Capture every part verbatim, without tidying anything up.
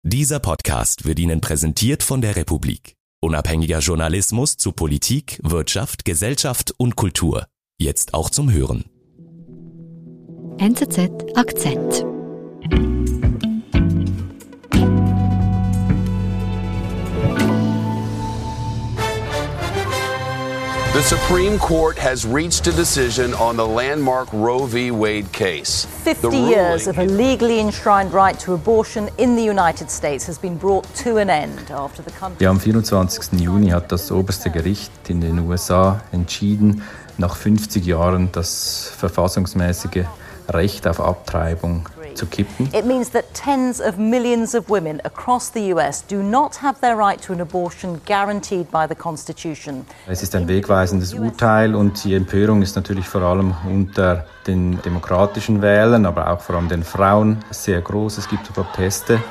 Dieser Podcast wird Ihnen präsentiert von der Republik. Unabhängiger Journalismus zu Politik, Wirtschaft, Gesellschaft und Kultur. Jetzt auch zum Hören. N Z Z Akzent. The Supreme Court has reached a decision on the landmark Roe v. Wade case. fifty years of a legally enshrined right to abortion in the United States has been brought to an end after the country... Ja, am vierundzwanzigsten Juni hat das oberste Gericht in den U S A entschieden, nach fünfzig Jahren das verfassungsmäßige Recht auf Abtreibung zu kippen. It means that tens of millions of women across the U S do not have their right to an abortion guaranteed by the Constitution. Es ist ein wegweisendes Urteil und die Empörung ist natürlich vor allem unter den demokratischen Wählern, aber auch vor allem den Frauen sehr groß. Es gibt Proteste.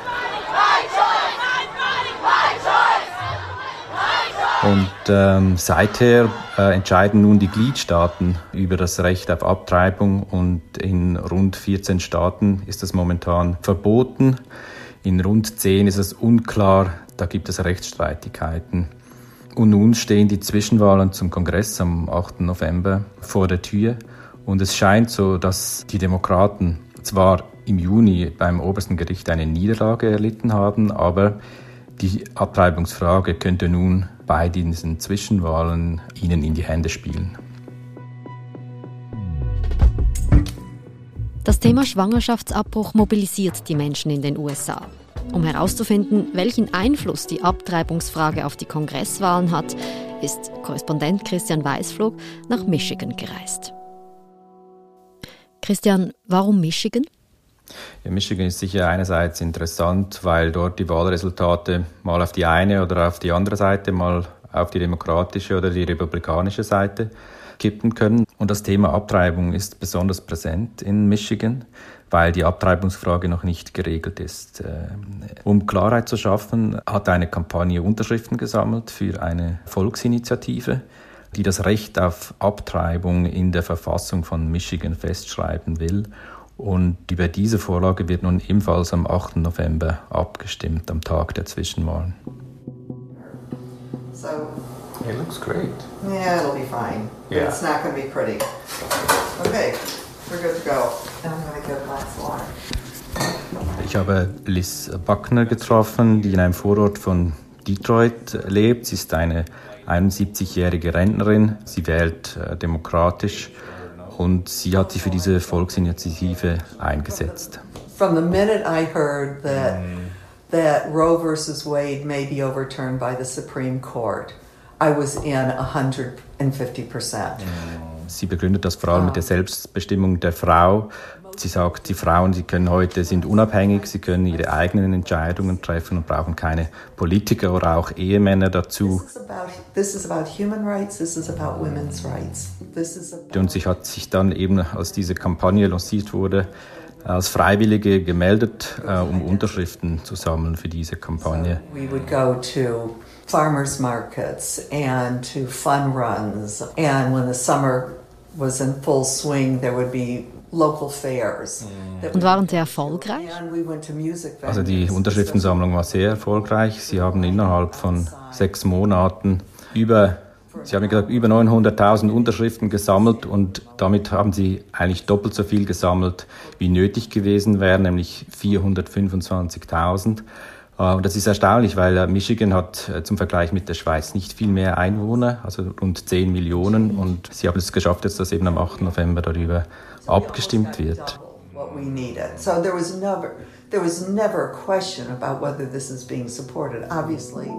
Und ähm, seither äh, entscheiden nun die Gliedstaaten über das Recht auf Abtreibung und in rund vierzehn Staaten ist das momentan verboten. In rund zehn ist es unklar, da gibt es Rechtsstreitigkeiten. Und nun stehen die Zwischenwahlen zum Kongress am achten November vor der Tür und es scheint so, dass die Demokraten zwar im Juni beim obersten Gericht eine Niederlage erlitten haben, aber die Abtreibungsfrage könnte nun bei diesen Zwischenwahlen ihnen in die Hände spielen. Das Thema Schwangerschaftsabbruch mobilisiert die Menschen in den U S A. Um herauszufinden, welchen Einfluss die Abtreibungsfrage auf die Kongresswahlen hat, ist Korrespondent Christian Weißflog nach Michigan gereist. Christian, warum Michigan? Ja, Michigan ist sicher einerseits interessant, weil dort die Wahlresultate mal auf die eine oder auf die andere Seite, mal auf die demokratische oder die republikanische Seite kippen können. Und das Thema Abtreibung ist besonders präsent in Michigan, weil die Abtreibungsfrage noch nicht geregelt ist. Um Klarheit zu schaffen, hat eine Kampagne Unterschriften gesammelt für eine Volksinitiative, die das Recht auf Abtreibung in der Verfassung von Michigan festschreiben will. Und über diese Vorlage wird nun ebenfalls am achten November abgestimmt, am Tag der Zwischenwahlen. So, It looks great. yeah, it'll be fine. But Yeah. it's not going to be pretty. Okay, we're good to go. And I'm going to get a glass of water. Ich habe Liz Buckner getroffen, die in einem Vorort von Detroit lebt. Sie ist eine einundsiebzigjährige Rentnerin. Sie wählt äh, demokratisch. Und sie hat sich für diese Volksinitiative eingesetzt. From the minute I heard that that Roe versus Wade may be overturned by the Supreme Court, I was in one hundred fifty percent. Sie begründet das vor allem mit der Selbstbestimmung der Frau. Sie sagt, die Frauen, sie können heute, sind unabhängig, sie können ihre eigenen Entscheidungen treffen und brauchen keine Politiker oder auch Ehemänner dazu. This is about, this is about human rights, this is about women's rights. This is about Und sie hat sich dann eben, als diese Kampagne lanciert wurde, als Freiwillige gemeldet, äh, um Unterschriften zu sammeln für diese Kampagne. We would go to farmers markets and to fun runs, and when the summer was in full swing, there would be local fairs. Und waren sie erfolgreich? And we went to music venues. Also die Unterschriftensammlung war sehr erfolgreich. Sie haben innerhalb von sechs Monaten über, Sie haben gesagt, über neunhunderttausend Unterschriften gesammelt und damit haben sie eigentlich doppelt so viel gesammelt, wie nötig gewesen wäre, nämlich vierhundertfünfundzwanzigtausend. Und das ist erstaunlich, weil Michigan hat zum Vergleich mit der Schweiz nicht viel mehr Einwohner, also rund zehn Millionen. Und sie haben es geschafft, jetzt, dass eben am achten November darüber abgestimmt wird. What we needed. So there was never there was never a question about whether this is being supported, obviously.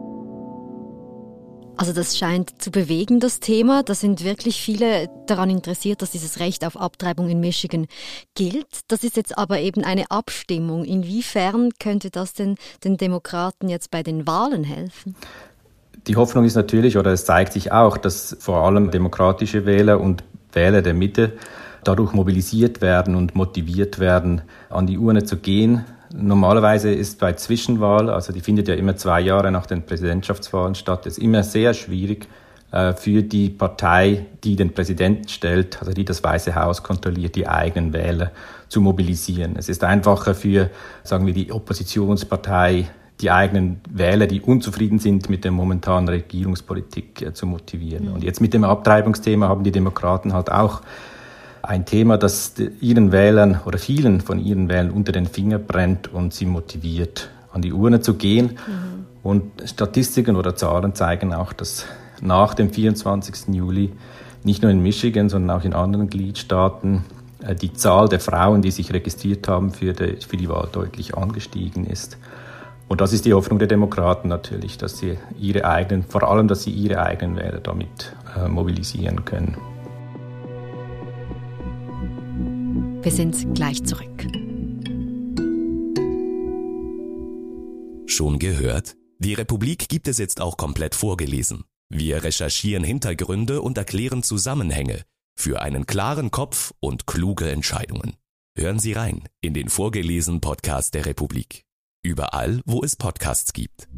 Also das scheint zu bewegen, das Thema. Da sind wirklich viele daran interessiert, dass dieses Recht auf Abtreibung in Michigan gilt. Das ist jetzt aber eben eine Abstimmung. Inwiefern könnte das denn den Demokraten jetzt bei den Wahlen helfen? Die Hoffnung ist natürlich, oder es zeigt sich auch, dass vor allem demokratische Wähler und Wähler der Mitte dadurch mobilisiert werden und motiviert werden, an die Urne zu gehen. Normalerweise ist bei Zwischenwahl, also die findet ja immer zwei Jahre nach den Präsidentschaftswahlen statt, es immer sehr schwierig, äh, für die Partei, die den Präsidenten stellt, also die das Weiße Haus kontrolliert, die eigenen Wähler zu mobilisieren. Es ist einfacher für, sagen wir, die Oppositionspartei, die eigenen Wähler, die unzufrieden sind mit der momentanen Regierungspolitik, äh, zu motivieren. Mhm. Und jetzt mit dem Abtreibungsthema haben die Demokraten halt auch ein Thema, das ihren Wählern oder vielen von ihren Wählern unter den Finger brennt und sie motiviert, an die Urne zu gehen. Mhm. Und Statistiken oder Zahlen zeigen auch, dass nach dem vierundzwanzigsten Juli nicht nur in Michigan, sondern auch in anderen Gliedstaaten äh, die Zahl der Frauen, die sich registriert haben für die, für die Wahl, deutlich angestiegen ist. Und das ist die Hoffnung der Demokraten natürlich, dass sie ihre eigenen, vor allem, dass sie ihre eigenen Wähler damit äh, mobilisieren können. Wir sind gleich zurück. Schon gehört? Die Republik gibt es jetzt auch komplett vorgelesen. Wir recherchieren Hintergründe und erklären Zusammenhänge für einen klaren Kopf und kluge Entscheidungen. Hören Sie rein in den vorgelesenen Podcast der Republik. Überall, wo es Podcasts gibt.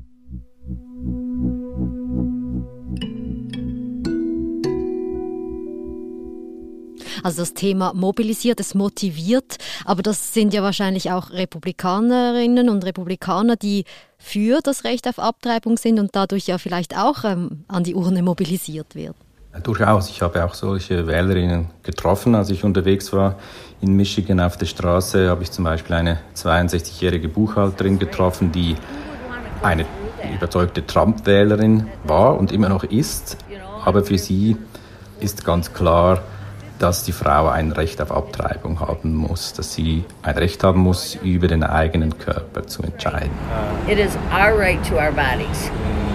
Also das Thema mobilisiert, es motiviert, aber das sind ja wahrscheinlich auch Republikanerinnen und Republikaner, die für das Recht auf Abtreibung sind und dadurch ja vielleicht auch ähm, an die Urne mobilisiert werden. Ja, durchaus. Ich habe auch solche Wählerinnen getroffen, als ich unterwegs war in Michigan auf der Straße. Habe ich zum Beispiel eine zweiundsechzigjährige Buchhalterin getroffen, die eine überzeugte Trump-Wählerin war und immer noch ist. Aber für sie ist ganz klar, dass die Frau ein Recht auf Abtreibung haben muss, dass sie ein Recht haben muss, über den eigenen Körper zu entscheiden. It is our right to our bodies.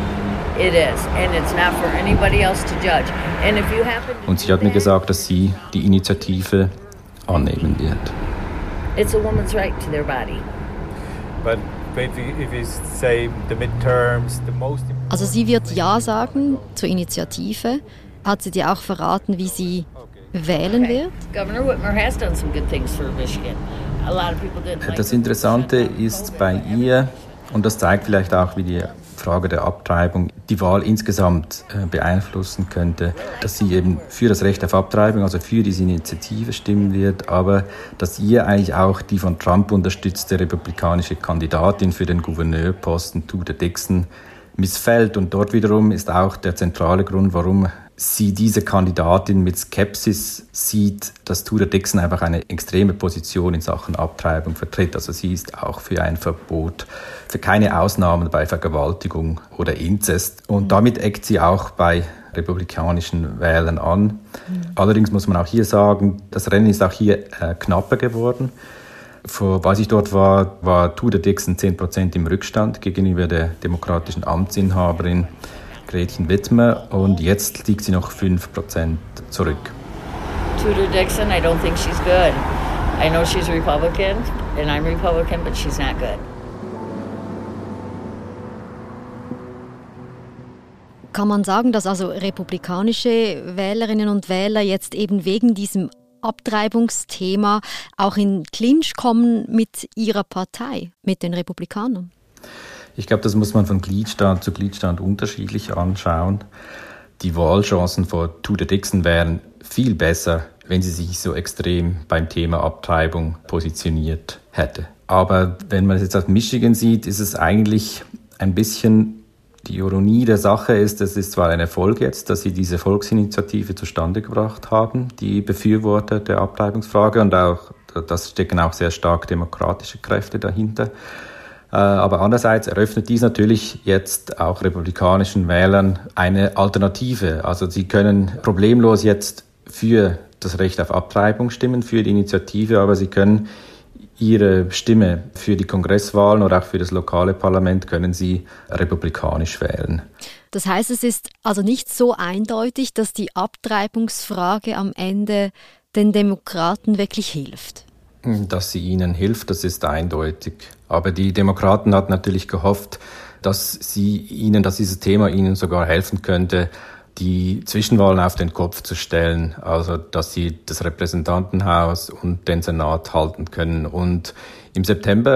It is, and it's not for anybody else to judge. And if you happen to Und sie hat mir gesagt, dass sie die Initiative annehmen wird. It's a woman's right to their body. But if you say the midterms, the most Also sie wird Ja sagen zur Initiative. Hat sie dir auch verraten, wie sie wählen wird? Governor Whitmer has done some good things for Michigan. A lot of people didn't like Das Interessante ist bei ihr, und das zeigt vielleicht auch, wie die Frage der Abtreibung die Wahl insgesamt äh, beeinflussen könnte, dass sie eben für das Recht auf Abtreibung, also für diese Initiative stimmen wird, aber dass ihr eigentlich auch die von Trump unterstützte republikanische Kandidatin für den Gouverneurposten, Tudor Dixon, missfällt. Und dort wiederum ist auch der zentrale Grund, warum sie diese Kandidatin mit Skepsis sieht, dass Tudor Dixon einfach eine extreme Position in Sachen Abtreibung vertritt. Also sie ist auch für ein Verbot, für keine Ausnahmen bei Vergewaltigung oder Inzest. Und damit eckt sie auch bei republikanischen Wählern an. Mhm. Allerdings muss man auch hier sagen, das Rennen ist auch hier äh, knapper geworden. Vor, als ich dort war, war Tudor Dixon zehn Prozent im Rückstand gegenüber der demokratischen Amtsinhaberin Gretchen Whitmer, und jetzt liegt sie noch fünf Prozent zurück. Tudor Dixon, I don't think she's good. I know she's Republican, and I'm Republican, but she's not good. Kann man sagen, dass also republikanische Wählerinnen und Wähler jetzt eben wegen diesem Abtreibungsthema auch in Clinch kommen mit ihrer Partei, mit den Republikanern? Ich glaube, das muss man von Gliedstaat zu Gliedstaat unterschiedlich anschauen. Die Wahlchancen von Tudor Dixon wären viel besser, wenn sie sich so extrem beim Thema Abtreibung positioniert hätte. Aber wenn man es jetzt auf Michigan sieht, ist es eigentlich ein bisschen die Ironie der Sache ist, es ist zwar ein Erfolg jetzt, dass sie diese Volksinitiative zustande gebracht haben, die Befürworter der Abtreibungsfrage, und auch, das stecken auch sehr stark demokratische Kräfte dahinter. Aber andererseits eröffnet dies natürlich jetzt auch republikanischen Wählern eine Alternative. Also sie können problemlos jetzt für das Recht auf Abtreibung stimmen, für die Initiative, aber sie können ihre Stimme für die Kongresswahlen oder auch für das lokale Parlament können sie republikanisch wählen. Das heißt, es ist also nicht so eindeutig, dass die Abtreibungsfrage am Ende den Demokraten wirklich hilft. Dass sie ihnen hilft, das ist eindeutig. Aber die Demokraten hatten natürlich gehofft, dass sie ihnen, dass dieses Thema ihnen sogar helfen könnte, die Zwischenwahlen auf den Kopf zu stellen, also dass sie das Repräsentantenhaus und den Senat halten können. Und im September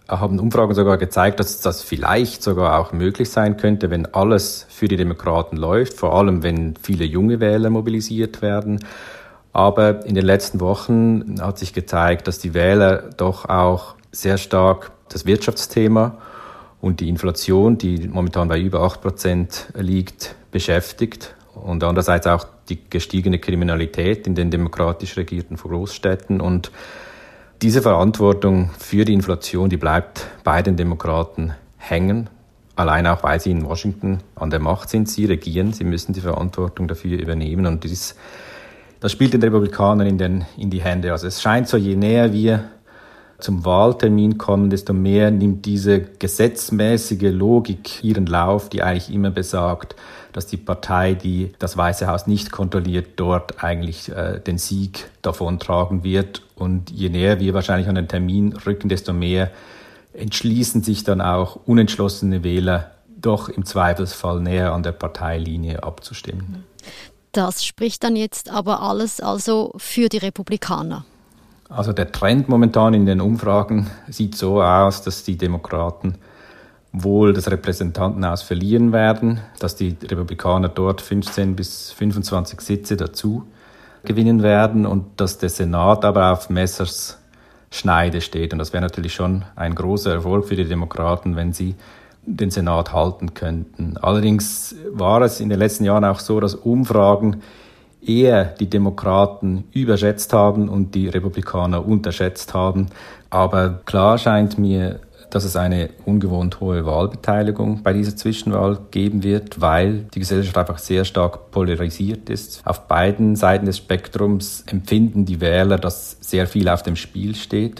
haben Umfragen sogar gezeigt, dass das vielleicht sogar auch möglich sein könnte, wenn alles für die Demokraten läuft, vor allem wenn viele junge Wähler mobilisiert werden. Aber in den letzten Wochen hat sich gezeigt, dass die Wähler doch auch sehr stark das Wirtschaftsthema und die Inflation, die momentan bei über acht Prozent liegt, beschäftigt. Und andererseits auch die gestiegene Kriminalität in den demokratisch regierten Großstädten. Und diese Verantwortung für die Inflation, die bleibt bei den Demokraten hängen. Allein auch, weil sie in Washington an der Macht sind. Sie regieren, sie müssen die Verantwortung dafür übernehmen. Und dieses, das spielt den Republikanern in, den, in die Hände. Also es scheint so, je näher wir zum Wahltermin kommen, desto mehr nimmt diese gesetzmäßige Logik ihren Lauf, die eigentlich immer besagt, dass die Partei, die das Weiße Haus nicht kontrolliert, dort eigentlich äh, den Sieg davontragen wird. Und je näher wir wahrscheinlich an den Termin rücken, desto mehr entschließen sich dann auch unentschlossene Wähler, doch im Zweifelsfall näher an der Parteilinie abzustimmen. Das spricht dann jetzt aber alles also für die Republikaner. Also der Trend momentan in den Umfragen sieht so aus, dass die Demokraten wohl das Repräsentantenhaus verlieren werden, dass die Republikaner dort fünfzehn bis fünfundzwanzig Sitze dazu gewinnen werden und dass der Senat aber auf Messers Schneide steht. Und das wäre natürlich schon ein großer Erfolg für die Demokraten, wenn sie den Senat halten könnten. Allerdings war es in den letzten Jahren auch so, dass Umfragen eher die Demokraten überschätzt haben und die Republikaner unterschätzt haben. Aber klar scheint mir, dass es eine ungewohnt hohe Wahlbeteiligung bei dieser Zwischenwahl geben wird, weil die Gesellschaft einfach sehr stark polarisiert ist. Auf beiden Seiten des Spektrums empfinden die Wähler, dass sehr viel auf dem Spiel steht.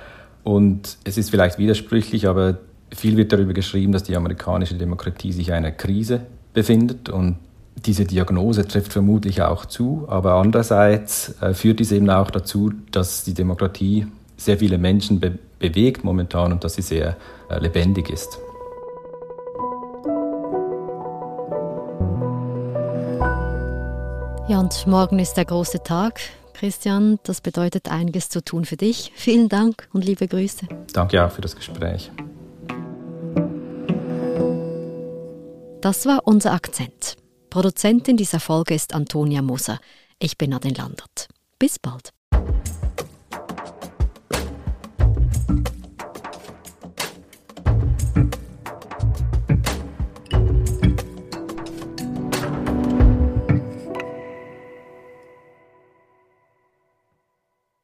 Und es ist vielleicht widersprüchlich, aber viel wird darüber geschrieben, dass die amerikanische Demokratie sich in einer Krise befindet. Und diese Diagnose trifft vermutlich auch zu, aber andererseits äh, führt dies eben auch dazu, dass die Demokratie sehr viele Menschen be- bewegt momentan und dass sie sehr äh, lebendig ist. Ja, und morgen ist der große Tag. Christian, das bedeutet einiges zu tun für dich. Vielen Dank und liebe Grüße. Danke auch für das Gespräch. Das war unser Akzent. Produzentin dieser Folge ist Antonia Moser. Ich bin Nadine Landert. Bis bald.